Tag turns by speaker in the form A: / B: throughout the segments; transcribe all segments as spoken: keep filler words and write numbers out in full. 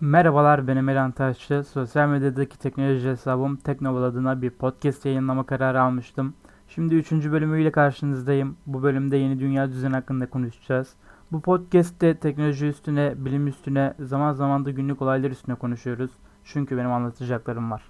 A: Merhabalar, ben Emirhan Taşçı. Sosyal medyadaki teknoloji hesabım Teknoval adına bir podcast yayınlama kararı almıştım. Şimdi üçüncü bölümüyle karşınızdayım. Bu bölümde yeni dünya düzeni hakkında konuşacağız. Bu podcast'te teknoloji üstüne, bilim üstüne, zaman zaman da günlük olaylar üstüne konuşuyoruz. Çünkü benim anlatacaklarım var.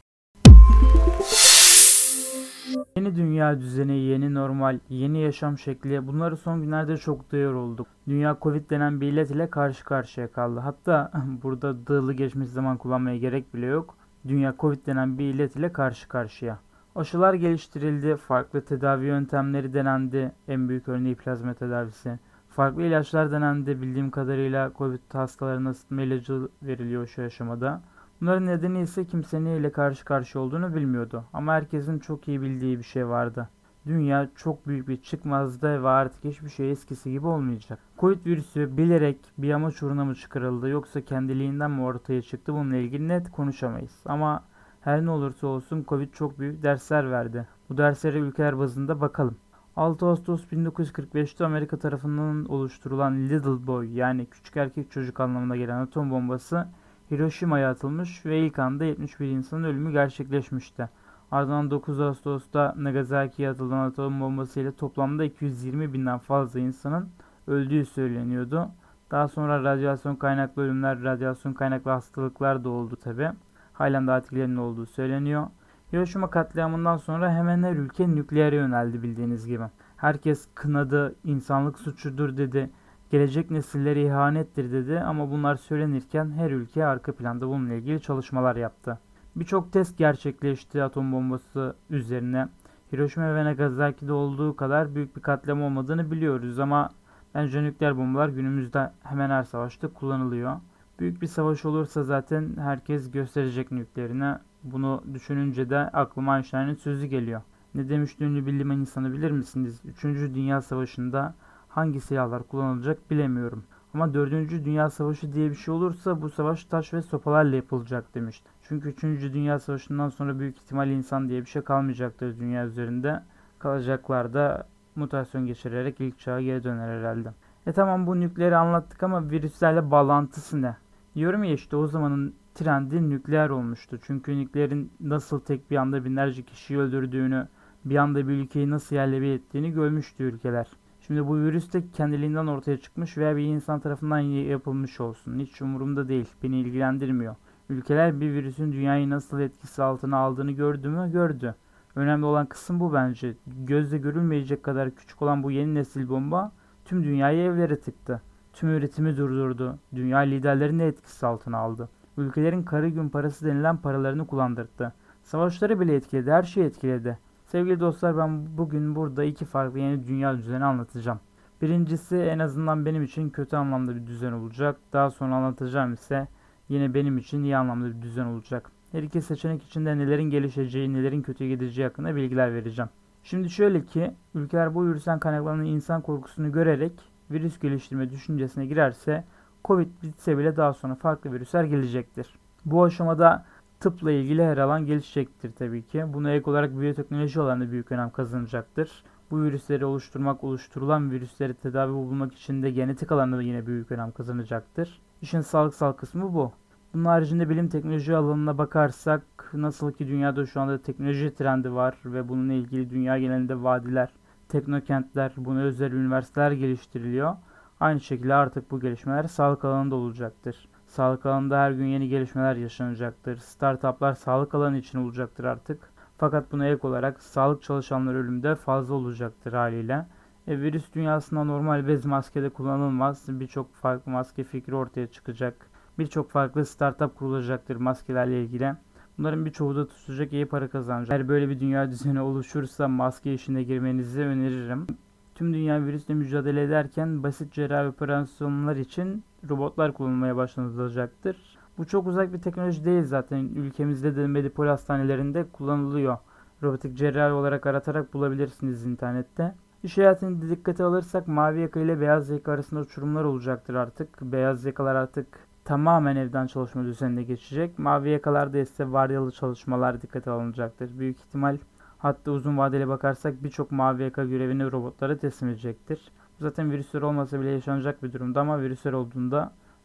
A: Yeni dünya düzeni, yeni normal, yeni yaşam şekli, bunları son günlerde çok duyuyor olduk. Dünya Covid denen bir illet ile karşı karşıya kaldı. Hatta burada dığlı geçmiş zaman kullanmaya gerek bile yok. Dünya Covid denen bir illet ile karşı karşıya. Aşılar geliştirildi, farklı tedavi yöntemleri denendi, en büyük örneği plazma tedavisi. Farklı ilaçlar denendi, bildiğim kadarıyla Covid hastalarına ısıtma ilacı veriliyor şu aşamada. Bunların nedeni ise kimsenin ile karşı karşıya olduğunu bilmiyordu. Ama herkesin çok iyi bildiği bir şey vardı. Dünya çok büyük bir çıkmazda ve artık hiçbir şey eskisi gibi olmayacak. Covid virüsü bilerek bir amaç uğruna mı çıkarıldı yoksa kendiliğinden mi ortaya çıktı, bununla ilgili net konuşamayız. Ama her ne olursa olsun Covid çok büyük dersler verdi. Bu derslere ülkeler bazında bakalım. altı Ağustos bin dokuz yüz kırk beş'te Amerika tarafından oluşturulan Little Boy, yani küçük erkek çocuk anlamına gelen atom bombası Hiroşima'ya atılmış ve ilk anda yetmiş bir insanın ölümü gerçekleşmişti. Ardından dokuz Ağustos'ta Nagasaki'ye atılan atom bombasıyla toplamda iki yüz yirmi binden fazla insanın öldüğü söyleniyordu. Daha sonra radyasyon kaynaklı ölümler, radyasyon kaynaklı hastalıklar da oldu tabi. Halen daha etkilerinin olduğu söyleniyor. Hiroşima katliamından sonra hemen her ülke nükleere yöneldi bildiğiniz gibi. Herkes kınadı, insanlık suçudur dedi. Gelecek nesillere ihanettir dedi ama bunlar söylenirken her ülke arka planda bununla ilgili çalışmalar yaptı. Birçok test gerçekleşti atom bombası üzerine. Hiroşima ve Nagasaki'de olduğu kadar büyük bir katliam olmadığını biliyoruz ama bence nükleer bombalar günümüzde hemen her savaşta kullanılıyor. Büyük bir savaş olursa zaten herkes gösterecek nükleerine. Bunu düşününce de aklıma Einstein'ın sözü geliyor. Ne demişti ünlü bilim insanı bilir misiniz? Üçüncü Dünya Savaşı'nda hangi silahlar kullanılacak bilemiyorum. Ama dördüncü Dünya Savaşı diye bir şey olursa bu savaş taş ve sopalarla yapılacak demişti. Çünkü üçüncü Dünya Savaşı'ndan sonra büyük ihtimal insan diye bir şey kalmayacaktır dünya üzerinde. Kalacaklar da mutasyon geçirerek ilk çağa geri döner herhalde. E tamam, bu nükleeri anlattık ama virüslerle bağlantısı ne? Diyorum ya, işte o zamanın trendi nükleer olmuştu. Çünkü nükleerin nasıl tek bir anda binlerce kişiyi öldürdüğünü, bir anda bir ülkeyi nasıl yerle bir ettiğini görmüştü ülkeler. Şimdi bu virüs de kendiliğinden ortaya çıkmış veya bir insan tarafından yapılmış olsun. Hiç umurumda değil. Beni ilgilendirmiyor. Ülkeler bir virüsün dünyayı nasıl etkisi altına aldığını gördü mü? Gördü. Önemli olan kısım bu bence. Gözle görülmeyecek kadar küçük olan bu yeni nesil bomba tüm dünyayı evlere tıktı. Tüm üretimi durdurdu. Dünya liderlerini de etkisi altına aldı. Ülkelerin kara gün parası denilen paralarını kullandırdı. Savaşları bile etkiledi. Her şeyi etkiledi. Sevgili dostlar, ben bugün burada iki farklı yeni dünya düzeni anlatacağım. Birincisi en azından benim için kötü anlamda bir düzen olacak. Daha sonra anlatacağım ise yine benim için iyi anlamda bir düzen olacak. Her iki seçenek içinde nelerin gelişeceği, nelerin kötüye gideceği hakkında bilgiler vereceğim. Şimdi şöyle ki, ülkeler bu virüsten kaynaklanan insan korkusunu görerek virüs geliştirme düşüncesine girerse Covid bitse bile daha sonra farklı virüsler gelecektir. Bu aşamada tıpla ilgili her alan gelişecektir tabii ki. Buna ek olarak biyoteknoloji alanı büyük önem kazanacaktır. Bu virüsleri oluşturmak, oluşturulan virüsleri tedavi bulmak için de genetik alanı da yine büyük önem kazanacaktır. İşin sağlıksal kısmı bu. Bunun haricinde bilim teknoloji alanına bakarsak, nasıl ki dünyada şu anda teknoloji trendi var ve bununla ilgili dünya genelinde vadiler, teknokentler, buna özel üniversiteler geliştiriliyor. Aynı şekilde artık bu gelişmeler sağlık alanında olacaktır. Sağlık alanında her gün yeni gelişmeler yaşanacaktır. Startuplar sağlık alanı için olacaktır artık. Fakat buna ek olarak sağlık çalışanları ölümde fazla olacaktır haliyle. E, virüs dünyasında normal bez maskede kullanılmaz. Birçok farklı maske fikri ortaya çıkacak. Birçok farklı startup kurulacaktır maskelerle ilgili. Bunların birçoğu da tutacak, iyi para kazanacak. Eğer böyle bir dünya düzeni oluşursa maske işine girmenizi öneririm. Tüm dünya virüsle mücadele ederken basit cerrahi operasyonlar için robotlar kullanılmaya başlanılacaktır. Bu çok uzak bir teknoloji değil zaten. Ülkemizde de Medipol hastanelerinde kullanılıyor. Robotik cerrahi olarak aratarak bulabilirsiniz internette. İş hayatını dikkate alırsak mavi yaka ile beyaz yaka arasında uçurumlar olacaktır artık. Beyaz yakalar artık tamamen evden çalışma düzenine geçecek. Mavi yakalarda ise varyalı çalışmalar dikkate alınacaktır. Büyük ihtimal, hatta uzun vadeli bakarsak birçok mavi yaka görevini robotlara teslim edecektir. Bu zaten virüsler olmasa bile yaşanacak bir durumda ama virüsler olduğunda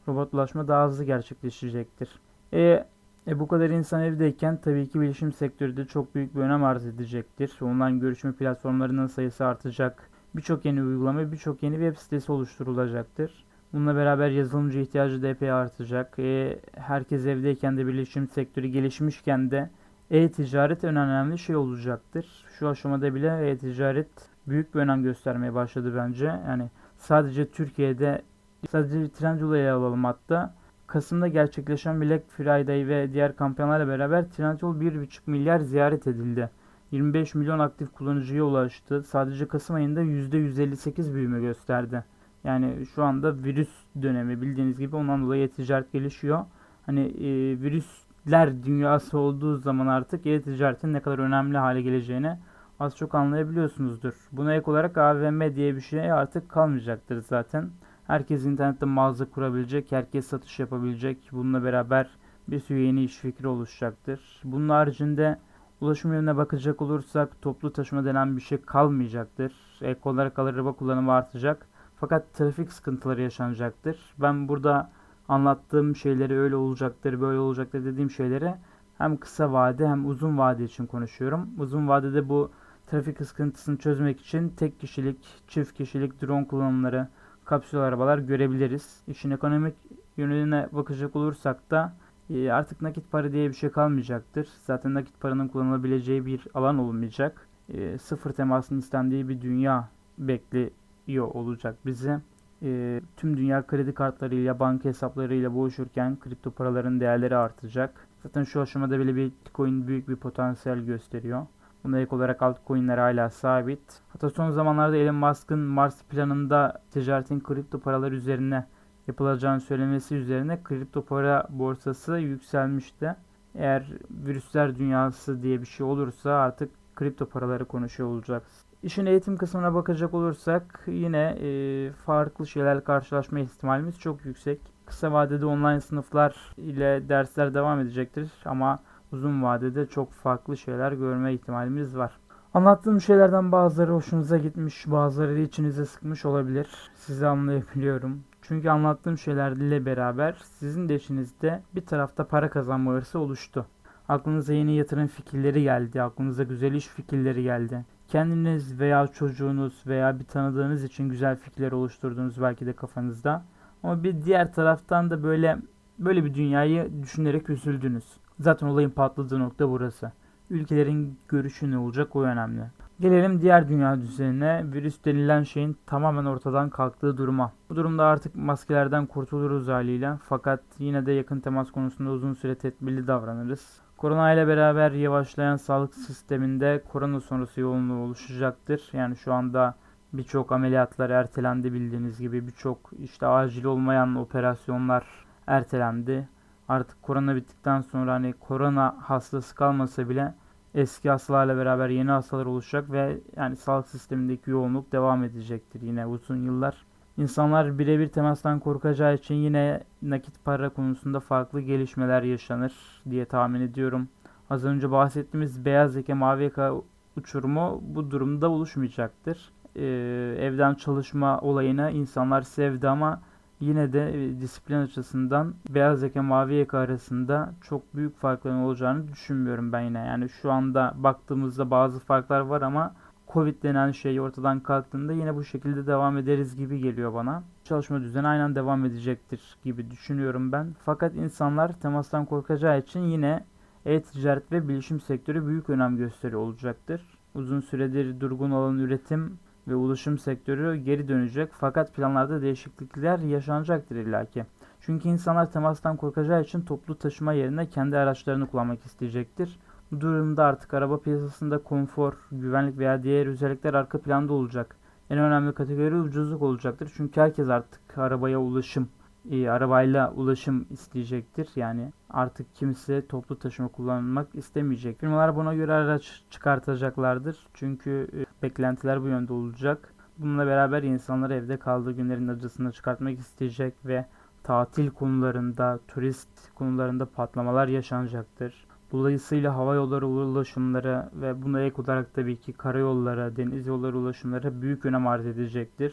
A: robotlaşma daha hızlı gerçekleşecektir. E, e bu kadar insan evdeyken tabii ki bilişim sektörü de çok büyük bir önem arz edecektir. Online görüşme platformlarının sayısı artacak. Birçok yeni uygulama, birçok yeni web sitesi oluşturulacaktır. Bununla beraber yazılımcı ihtiyacı da epey artacak. E, herkes evdeyken de bilişim sektörü gelişmişken de e-ticaret en önemli şey olacaktır. Şu aşamada bile e-ticaret büyük bir önem göstermeye başladı bence. Yani sadece Türkiye'de, sadece bir Trendyol'u alalım hatta. Kasım'da gerçekleşen Black Friday ve diğer kampanyalarla beraber Trendyol bir buçuk milyar ziyaret edildi. yirmi beş milyon aktif kullanıcıya ulaştı. Sadece Kasım ayında yüzde yüz elli sekiz büyüme gösterdi. Yani şu anda virüs dönemi bildiğiniz gibi, ondan dolayı e-ticaret gelişiyor. Hani e, virüsler dünyası olduğu zaman artık e-ticaretin ne kadar önemli hale geleceğini az çok anlayabiliyorsunuzdur. Buna ek olarak A V M diye bir şey artık kalmayacaktır zaten. Herkes internette mağaza kurabilecek, herkes satış yapabilecek. Bununla beraber bir sürü yeni iş fikri oluşacaktır. Bunun haricinde ulaşım yönüne bakacak olursak toplu taşıma denen bir şey kalmayacaktır. Ek olarak araba kullanımı artacak. Fakat trafik sıkıntıları yaşanacaktır. Ben burada anlattığım şeyleri öyle olacaktır, böyle olacaktır dediğim şeyleri hem kısa vade hem uzun vade için konuşuyorum. Uzun vadede bu trafik sıkıntısını çözmek için tek kişilik, çift kişilik drone kullanımları, kapsül arabalar görebiliriz. İşin ekonomik yönüne bakacak olursak da artık nakit para diye bir şey kalmayacaktır. Zaten nakit paranın kullanılabileceği bir alan olmayacak. E, sıfır temasın istendiği bir dünya bekliyor olacak bizi. E, tüm dünya kredi kartlarıyla, banka hesaplarıyla boğuşurken kripto paraların değerleri artacak. Zaten şu aşamada bile Bitcoin büyük bir potansiyel gösteriyor. Buna ek olarak altcoin'ler hala sabit. Hatta son zamanlarda Elon Musk'ın Mars planında ticaretin kripto paralar üzerine yapılacağını söylemesi üzerine kripto para borsası yükselmişti. Eğer virüsler dünyası diye bir şey olursa artık kripto paraları konuşuyor olacağız. İşin eğitim kısmına bakacak olursak yine e, farklı şeylerle karşılaşma ihtimalimiz çok yüksek. Kısa vadede online sınıflar ile dersler devam edecektir ama uzun vadede çok farklı şeyler görme ihtimalimiz var. Anlattığım şeylerden bazıları hoşunuza gitmiş, bazıları da içinize sıkmış olabilir. Sizi anlayabiliyorum. Çünkü anlattığım şeylerle beraber sizin de içinizde bir tarafta para kazanma hırsı oluştu. Aklınıza yeni yatırım fikirleri geldi, aklınıza güzel iş fikirleri geldi. Kendiniz veya çocuğunuz veya bir tanıdığınız için güzel fikirler oluşturdunuz belki de kafanızda. Ama bir diğer taraftan da böyle böyle bir dünyayı düşünerek üzüldünüz. Zaten olayın patladığı nokta burası. Ülkelerin görüşü ne olacak, o önemli. Gelelim diğer dünya düzenine. Virüs denilen şeyin tamamen ortadan kalktığı duruma. Bu durumda artık maskelerden kurtuluruz haliyle. Fakat yine de yakın temas konusunda uzun süre tedbirli davranırız. Korona ile beraber yavaşlayan sağlık sisteminde korona sonrası yoğunluğu oluşacaktır. Yani şu anda birçok ameliyatlar ertelendi bildiğiniz gibi. Birçok işte acil olmayan operasyonlar ertelendi. Artık korona bittikten sonra hani korona hastası kalmasa bile eski hastalarla beraber yeni hastalar oluşacak ve yani sağlık sistemindeki yoğunluk devam edecektir yine uzun yıllar. İnsanlar birebir temastan korkacağı için yine nakit para konusunda farklı gelişmeler yaşanır diye tahmin ediyorum. Az önce bahsettiğimiz beyaz yaka mavi yaka uçurumu bu durumda oluşmayacaktır. Ee, evden çalışma olayına insanlar sevdi ama yine de e, disiplin açısından beyaz yaka mavi yaka arasında çok büyük farkların olacağını düşünmüyorum ben yine. Yani şu anda baktığımızda bazı farklar var ama Covid denen şey ortadan kalktığında yine bu şekilde devam ederiz gibi geliyor bana. Çalışma düzeni aynen devam edecektir gibi düşünüyorum ben. Fakat insanlar temastan korkacağı için yine e-ticaret ve bilişim sektörü büyük önem gösteriyor olacaktır. Uzun süredir durgun olan üretim ve ulaşım sektörü geri dönecek fakat planlarda değişiklikler yaşanacaktır illaki. Çünkü insanlar temastan korkacağı için toplu taşıma yerine kendi araçlarını kullanmak isteyecektir. Bu durumda artık araba piyasasında konfor, güvenlik veya diğer özellikler arka planda olacak. En önemli kategori ucuzluk olacaktır. Çünkü herkes artık arabaya ulaşım, e, arabayla ulaşım isteyecektir. Yani artık kimse toplu taşıma kullanmak istemeyecek. Firmalar buna göre araç çıkartacaklardır. Çünkü e, beklentiler bu yönde olacak. Bununla beraber insanlar evde kaldığı günlerin acısını çıkartmak isteyecek ve tatil konularında, turist konularında patlamalar yaşanacaktır. Dolayısıyla hava yolları ulaşımları ve buna ek olarak tabii ki karayolları, deniz yolları ulaşımları büyük önem arz edecektir.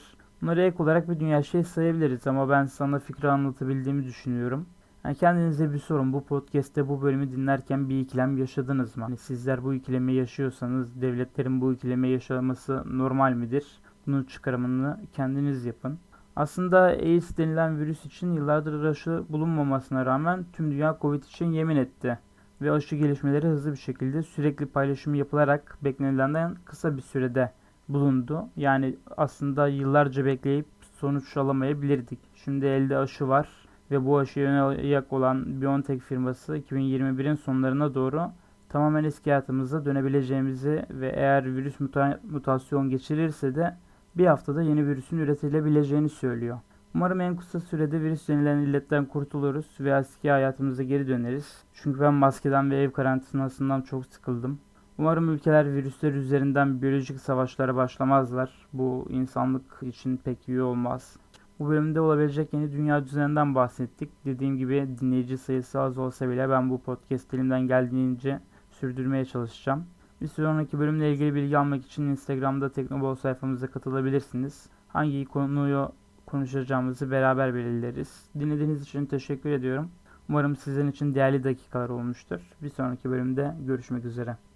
A: Bunları ek olarak bir dünya şey sayabiliriz ama ben sana fikri anlatabildiğimi düşünüyorum. Yani kendinize bir sorun. Bu podcast'te bu bölümü dinlerken bir ikilem yaşadınız mı? Hani sizler bu ikilemi yaşıyorsanız devletlerin bu ikilemi yaşaması normal midir? Bunun çıkarımını kendiniz yapın. Aslında AIDS denilen virüs için yıllardır aşı bulunmamasına rağmen tüm dünya Covid için yemin etti. Ve aşı gelişmeleri hızlı bir şekilde sürekli paylaşım yapılarak beklenilenden kısa bir sürede bulundu. Yani aslında yıllarca bekleyip sonuç alamayabilirdik. Şimdi elde aşı var ve bu aşıya yönelik olan BioNTech firması iki bin yirmi birin sonlarına doğru tamamen eski hayatımıza dönebileceğimizi ve eğer virüs muta- mutasyon geçirirse de bir haftada yeni virüsün üretilebileceğini söylüyor. Umarım en kısa sürede virüs denilen illetten kurtuluruz ve eski hayatımıza geri döneriz. Çünkü ben maskeden ve ev karantinasından çok sıkıldım. Umarım ülkeler virüsler üzerinden biyolojik savaşlara başlamazlar. Bu insanlık için pek iyi olmaz. Bu bölümde olabilecek yeni dünya düzeninden bahsettik. Dediğim gibi dinleyici sayısı az olsa bile ben bu podcast elimden geldiğince sürdürmeye çalışacağım. Bir sonraki bölümle ilgili bilgi almak için Instagram'da Teknobol sayfamıza katılabilirsiniz. Hangi konuyu konuşacağımızı beraber belirleriz. Dinlediğiniz için teşekkür ediyorum. Umarım sizin için değerli dakikalar olmuştur. Bir sonraki bölümde görüşmek üzere.